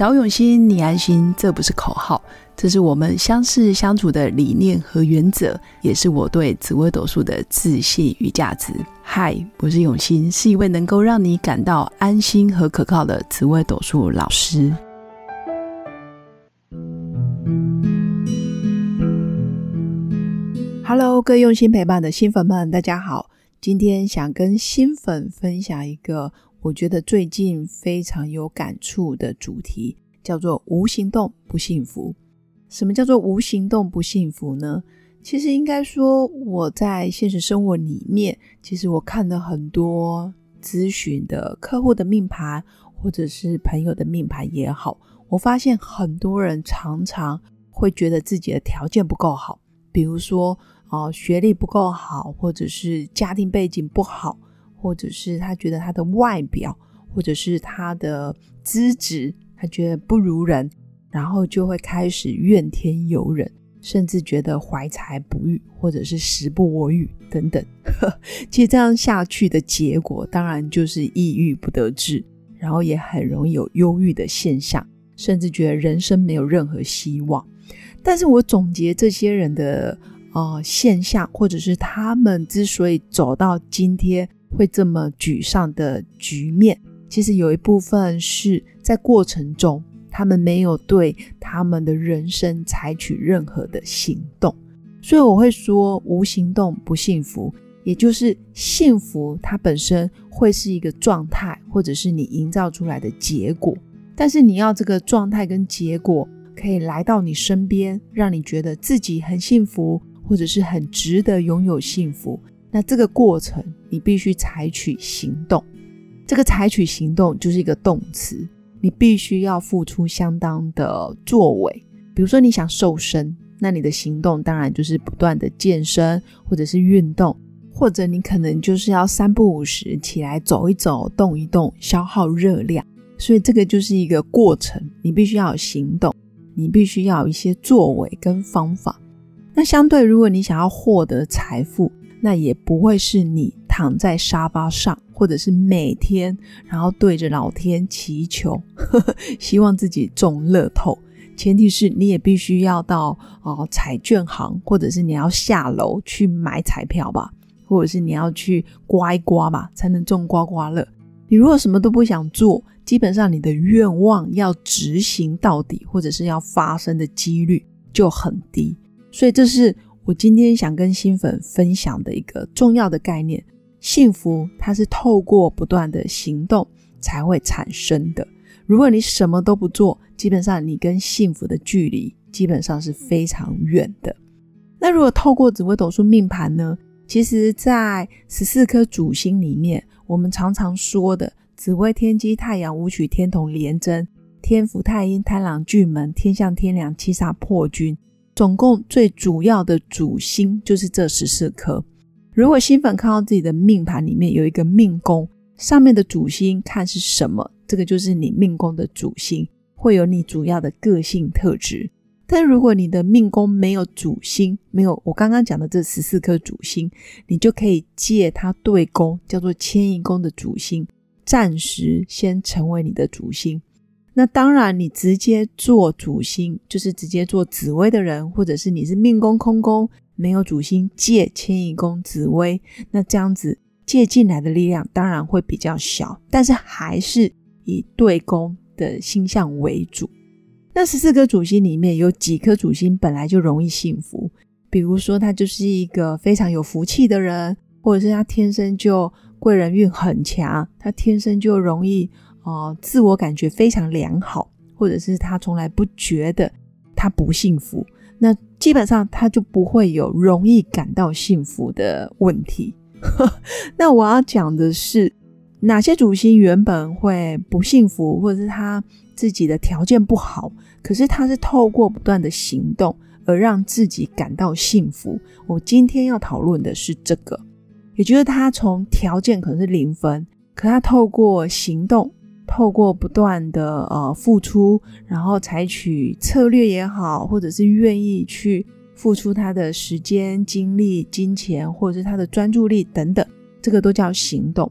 找永新，你安心，这不是口号，这是我们相识相处的理念和原则，也是我对紫微斗数的自信与价值。嗨，我是永新，是一位能够让你感到安心和可靠的紫微斗数老师。Hello， 各位用心陪伴的新粉们，大家好。今天想跟新粉分享一个我觉得最近非常有感触的主题，叫做无行动不幸福。什么叫做无行动不幸福呢？其实应该说我在现实生活里面，其实我看了很多咨询的客户的命盘，或者是朋友的命盘也好，我发现很多人常常会觉得自己的条件不够好，比如说学历不够好，或者是家庭背景不好，或者是他觉得他的外表，或者是他的资质，他觉得不如人，然后就会开始怨天尤人，甚至觉得怀才不遇，或者是时不我与等等。其实这样下去的结果当然就是抑郁不得志，然后也很容易有忧郁的现象，甚至觉得人生没有任何希望。但是我总结这些人的现象，或者是他们之所以走到今天会这么沮丧的局面，其实有一部分是在过程中他们没有对他们的人生采取任何的行动。所以我会说无行动不幸福，也就是幸福它本身会是一个状态，或者是你营造出来的结果，但是你要这个状态跟结果可以来到你身边，让你觉得自己很幸福，或者是很值得拥有幸福，那这个过程你必须采取行动。这个采取行动就是一个动词，你必须要付出相当的作为。比如说你想瘦身，那你的行动当然就是不断的健身，或者是运动，或者你可能就是要3不5时起来走一走，动一动，消耗热量。所以这个就是一个过程，你必须要有行动，你必须要有一些作为跟方法。那相对如果你想要获得财富，那也不会是你躺在沙发上，或者是每天然后对着老天祈求希望自己中乐透。前提是你也必须要到彩券行，或者是你要下楼去买彩票吧，或者是你要去刮一刮吧，才能中刮刮乐。你如果什么都不想做，基本上你的愿望要执行到底，或者是要发生的几率就很低。所以这是我今天想跟新粉分享的一个重要的概念，幸福它是透过不断的行动才会产生的。如果你什么都不做，基本上你跟幸福的距离基本上是非常远的。那如果透过紫微斗数命盘呢，其实在14颗主星里面，我们常常说的紫微天机太阳武曲天同廉贞天府太阴贪狼巨门天相天梁七煞破军，总共最主要的主星就是这14颗。如果新粉看到自己的命盘里面有一个命宫，上面的主星看是什么，这个就是你命宫的主星，会有你主要的个性特质。但如果你的命宫没有主星，没有我刚刚讲的这14颗主星，你就可以借它对宫，叫做迁移宫的主星，暂时先成为你的主星。那当然你直接做主星，就是直接做紫微的人，或者是你是命宫空宫没有主星借迁移宫紫微，那这样子借进来的力量当然会比较小，但是还是以对宫的星象为主。那14颗主星里面有几颗主星本来就容易幸福，比如说他就是一个非常有福气的人，或者是他天生就贵人运很强，他天生就容易自我感觉非常良好，或者是他从来不觉得他不幸福，那基本上他就不会有容易感到幸福的问题那我要讲的是哪些主星原本会不幸福，或者是他自己的条件不好，可是他是透过不断的行动而让自己感到幸福。我今天要讨论的是这个，也就是他从条件可能是0分，可他透过行动，透过不断的付出，然后采取策略也好，或者是愿意去付出他的时间精力金钱，或者是他的专注力等等，这个都叫行动。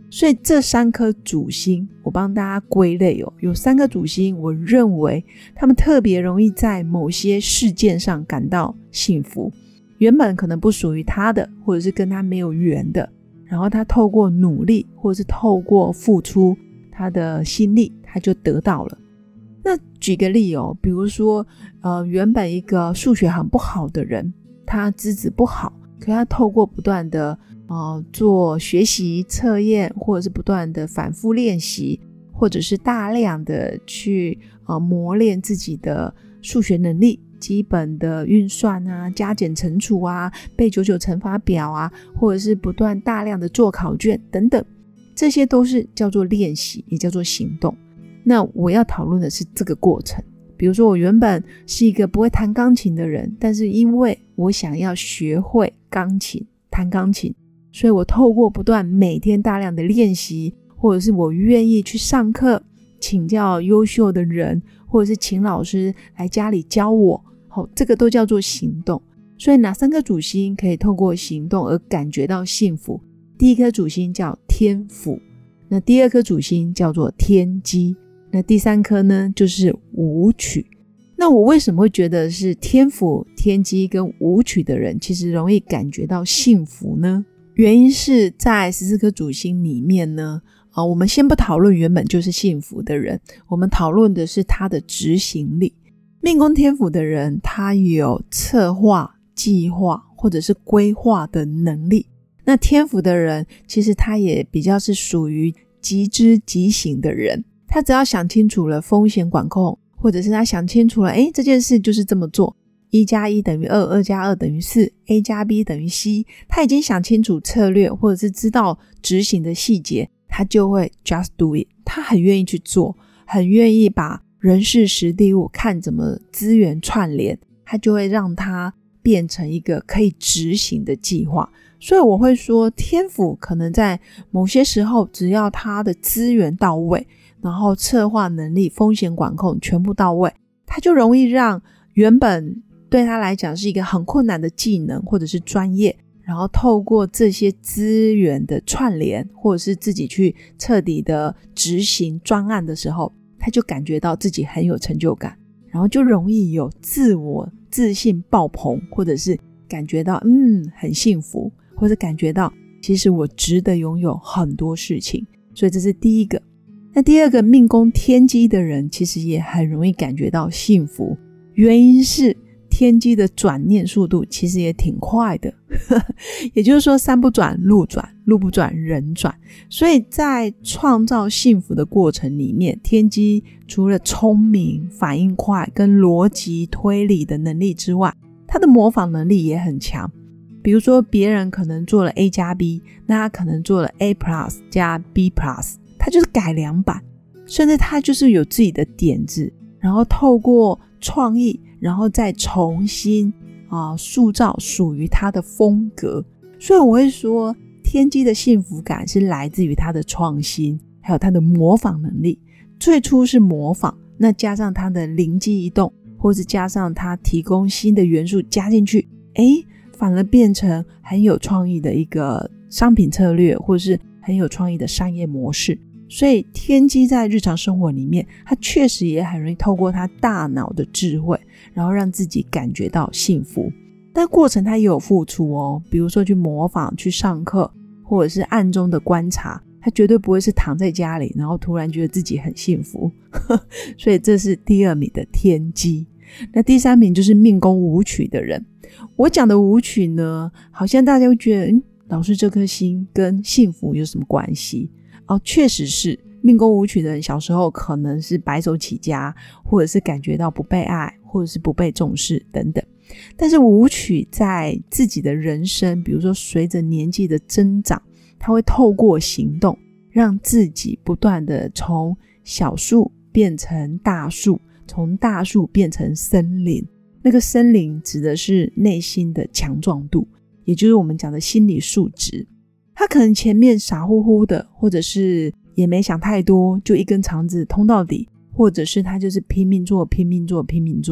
所以这3颗主星我帮大家归类有3颗主星，我认为他们特别容易在某些事件上感到幸福，原本可能不属于他的，或者是跟他没有缘的，然后他透过努力或者是透过付出他的心力，他就得到了。那举个例比如说原本一个数学很不好的人，他资质不好，可他透过不断的做学习测验，或者是不断的反复练习，或者是大量的去磨练自己的数学能力，基本的运算啊、加减乘除啊、背99乘法表啊，或者是不断大量的做考卷等等，这些都是叫做练习，也叫做行动。那我要讨论的是这个过程。比如说我原本是一个不会弹钢琴的人，但是因为我想要学会钢琴、弹钢琴，所以我透过不断每天大量的练习，或者是我愿意去上课，请教优秀的人，或者是请老师来家里教我，这个都叫做行动。所以哪3颗主星可以透过行动而感觉到幸福？第一颗主星叫天府，那第2颗主星叫做天机，那第3颗呢就是武曲。那我为什么会觉得是天府、天机跟武曲的人其实容易感觉到幸福呢？原因是在14颗主星里面呢我们先不讨论原本就是幸福的人，我们讨论的是他的执行力。命宫天府的人，他有策划、计划或者是规划的能力。那天府的人其实他也比较是属于即知即行的人，他只要想清楚了风险管控，或者是他想清楚了这件事就是这么做，1+1等于2， 2+2等于4， A 加 B 等于 C， 他已经想清楚策略，或者是知道执行的细节，他就会 just do it， 他很愿意去做，很愿意把人事时地物看怎么资源串联，他就会让它变成一个可以执行的计划。所以我会说天府可能在某些时候，只要他的资源到位，然后策划能力、风险管控全部到位，他就容易让原本对他来讲是一个很困难的技能或者是专业，然后透过这些资源的串联，或者是自己去彻底的执行专案的时候，他就感觉到自己很有成就感，然后就容易有自我自信爆棚，或者是感觉到很幸福，或者感觉到其实我值得拥有很多事情。所以这是第一个。那第2个，命宫天机的人其实也很容易感觉到幸福，原因是天机的转念速度其实也挺快的也就是说山不转路转，路不转人转。所以在创造幸福的过程里面，天机除了聪明、反应快跟逻辑推理的能力之外，他的模仿能力也很强。比如说别人可能做了 A 加 B， 那他可能做了 A plus 加 B plus， 他就是改良版，甚至他就是有自己的点子，然后透过创意，然后再重新塑造属于他的风格。所以我会说天机的幸福感是来自于他的创新，还有他的模仿能力。最初是模仿，那加上他的灵机一动，或是加上他提供新的元素加进去，反而变成很有创意的一个商品策略，或是很有创意的商业模式。所以天机在日常生活里面，他确实也很容易透过他大脑的智慧，然后让自己感觉到幸福。但过程他也有付出比如说去模仿、去上课，或者是暗中的观察，他绝对不会是躺在家里然后突然觉得自己很幸福所以这是第2名的天机。那第3名就是命宫武曲的人。我讲的武曲呢，好像大家会觉得老师这颗星跟幸福有什么关系？确实是命宫武曲的人小时候可能是白手起家，或者是感觉到不被爱，或者是不被重视等等。但是武曲在自己的人生，比如说随着年纪的增长，他会透过行动让自己不断的从小树变成大树，从大树变成森林。那个森林指的是内心的强壮度，也就是我们讲的心理素质。他可能前面傻乎乎的，或者是也没想太多，就一根肠子通到底，或者是他就是拼命做拼命做拼命做，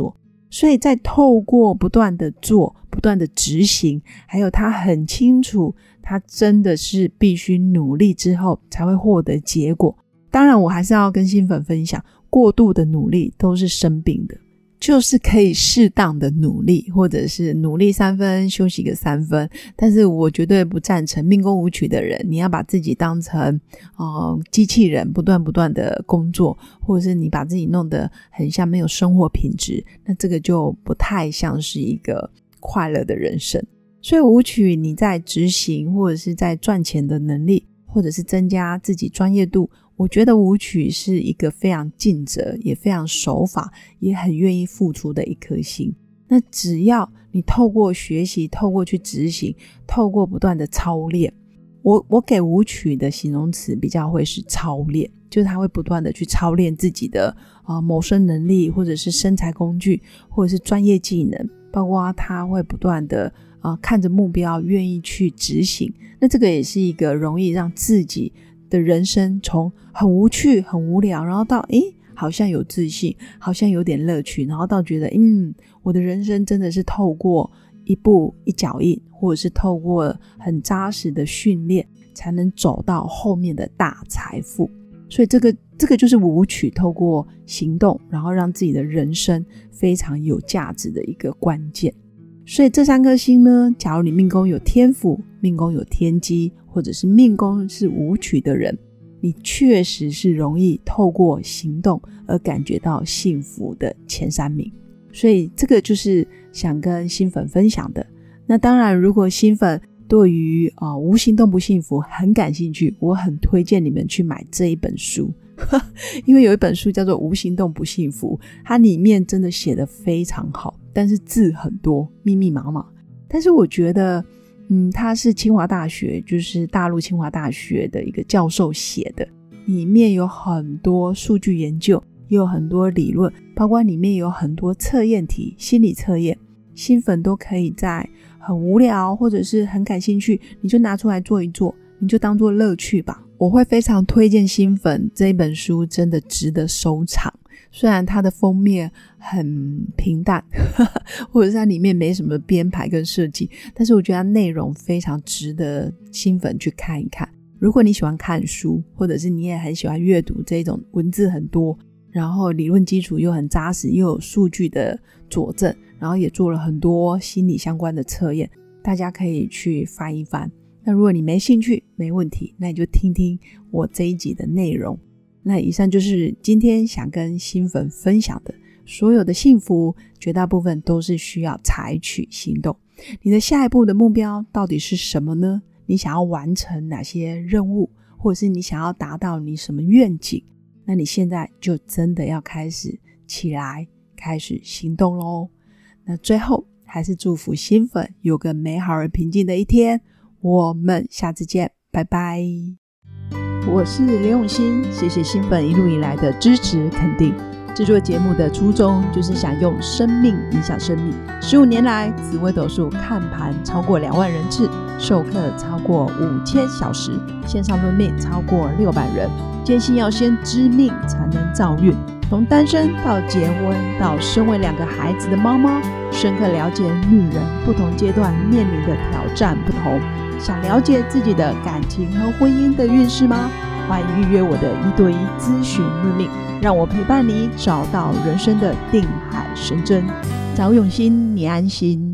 所以在透过不断的做，不断的执行，还有他很清楚他真的是必须努力之后才会获得结果。当然我还是要跟新粉分享，过度的努力都是生病的，就是可以适当的努力，或者是努力3分休息个3分，但是我绝对不赞成命宫武曲的人你要把自己当成机器人，不断的工作，或者是你把自己弄得很像没有生活品质，那这个就不太像是一个快乐的人生。所以武曲你在执行或者是在赚钱的能力，或者是增加自己专业度，我觉得武曲是一个非常尽责，也非常守法，也很愿意付出的一颗星。那只要你透过学习，透过去执行，透过不断的操练，我给武曲的形容词比较会是操练，就是他会不断的去操练自己的谋生能力，或者是生财工具，或者是专业技能，包括他会不断的看着目标愿意去执行。那这个也是一个容易让自己的人生从很无趣很无聊，然后到好像有自信，好像有点乐趣，然后到觉得我的人生真的是透过一步一脚印，或者是透过很扎实的训练才能走到后面的大财富。所以这个就是武曲透过行动然后让自己的人生非常有价值的一个关键。所以这3颗星呢，假如你命宫有天府，命宫有天机，或者是命宫是武曲的人，你确实是容易透过行动而感觉到幸福的前3名。所以这个就是想跟新粉分享的。那当然如果新粉对于无行动不幸福很感兴趣，我很推荐你们去买这一本书因为有一本书叫做无行动不幸福，它里面真的写得非常好，但是字很多，密密麻麻。但是我觉得它是清华大学，就是大陆清华大学的一个教授写的，里面有很多数据研究，也有很多理论，包括里面有很多测验题，心理测验，新粉都可以在很无聊或者是很感兴趣，你就拿出来做一做，你就当做乐趣吧。我会非常推荐新粉，这一本书真的值得收藏。虽然它的封面很平淡或者是它里面没什么编排跟设计，但是我觉得它内容非常值得新粉去看一看。如果你喜欢看书，或者是你也很喜欢阅读这种文字很多，然后理论基础又很扎实，又有数据的佐证，然后也做了很多心理相关的测验，大家可以去翻一翻。那如果你没兴趣没问题，那你就听听我这一集的内容。那以上就是今天想跟新粉分享的，所有的幸福绝大部分都是需要采取行动。你的下一步的目标到底是什么呢？你想要完成哪些任务，或者是你想要达到你什么愿景，那你现在就真的要开始起来，开始行动咯。那最后还是祝福新粉有个美好而平静的一天，我们下次见，拜拜。我是刘永新，谢谢新粉一路以来的支持肯定。制作节目的初衷就是想用生命影响生命。15年来，紫微斗数看盘超过2万人次，授课超过5000小时，线上论命超过600人。坚信要先知命才能造运，从单身到结婚到身为2个孩子的妈妈，深刻了解女人不同阶段面临的挑战不同。想了解自己的感情和婚姻的运势吗？欢迎预约我的1对1咨询论命，让我陪伴你找到人生的定海神针。找永新，你安心。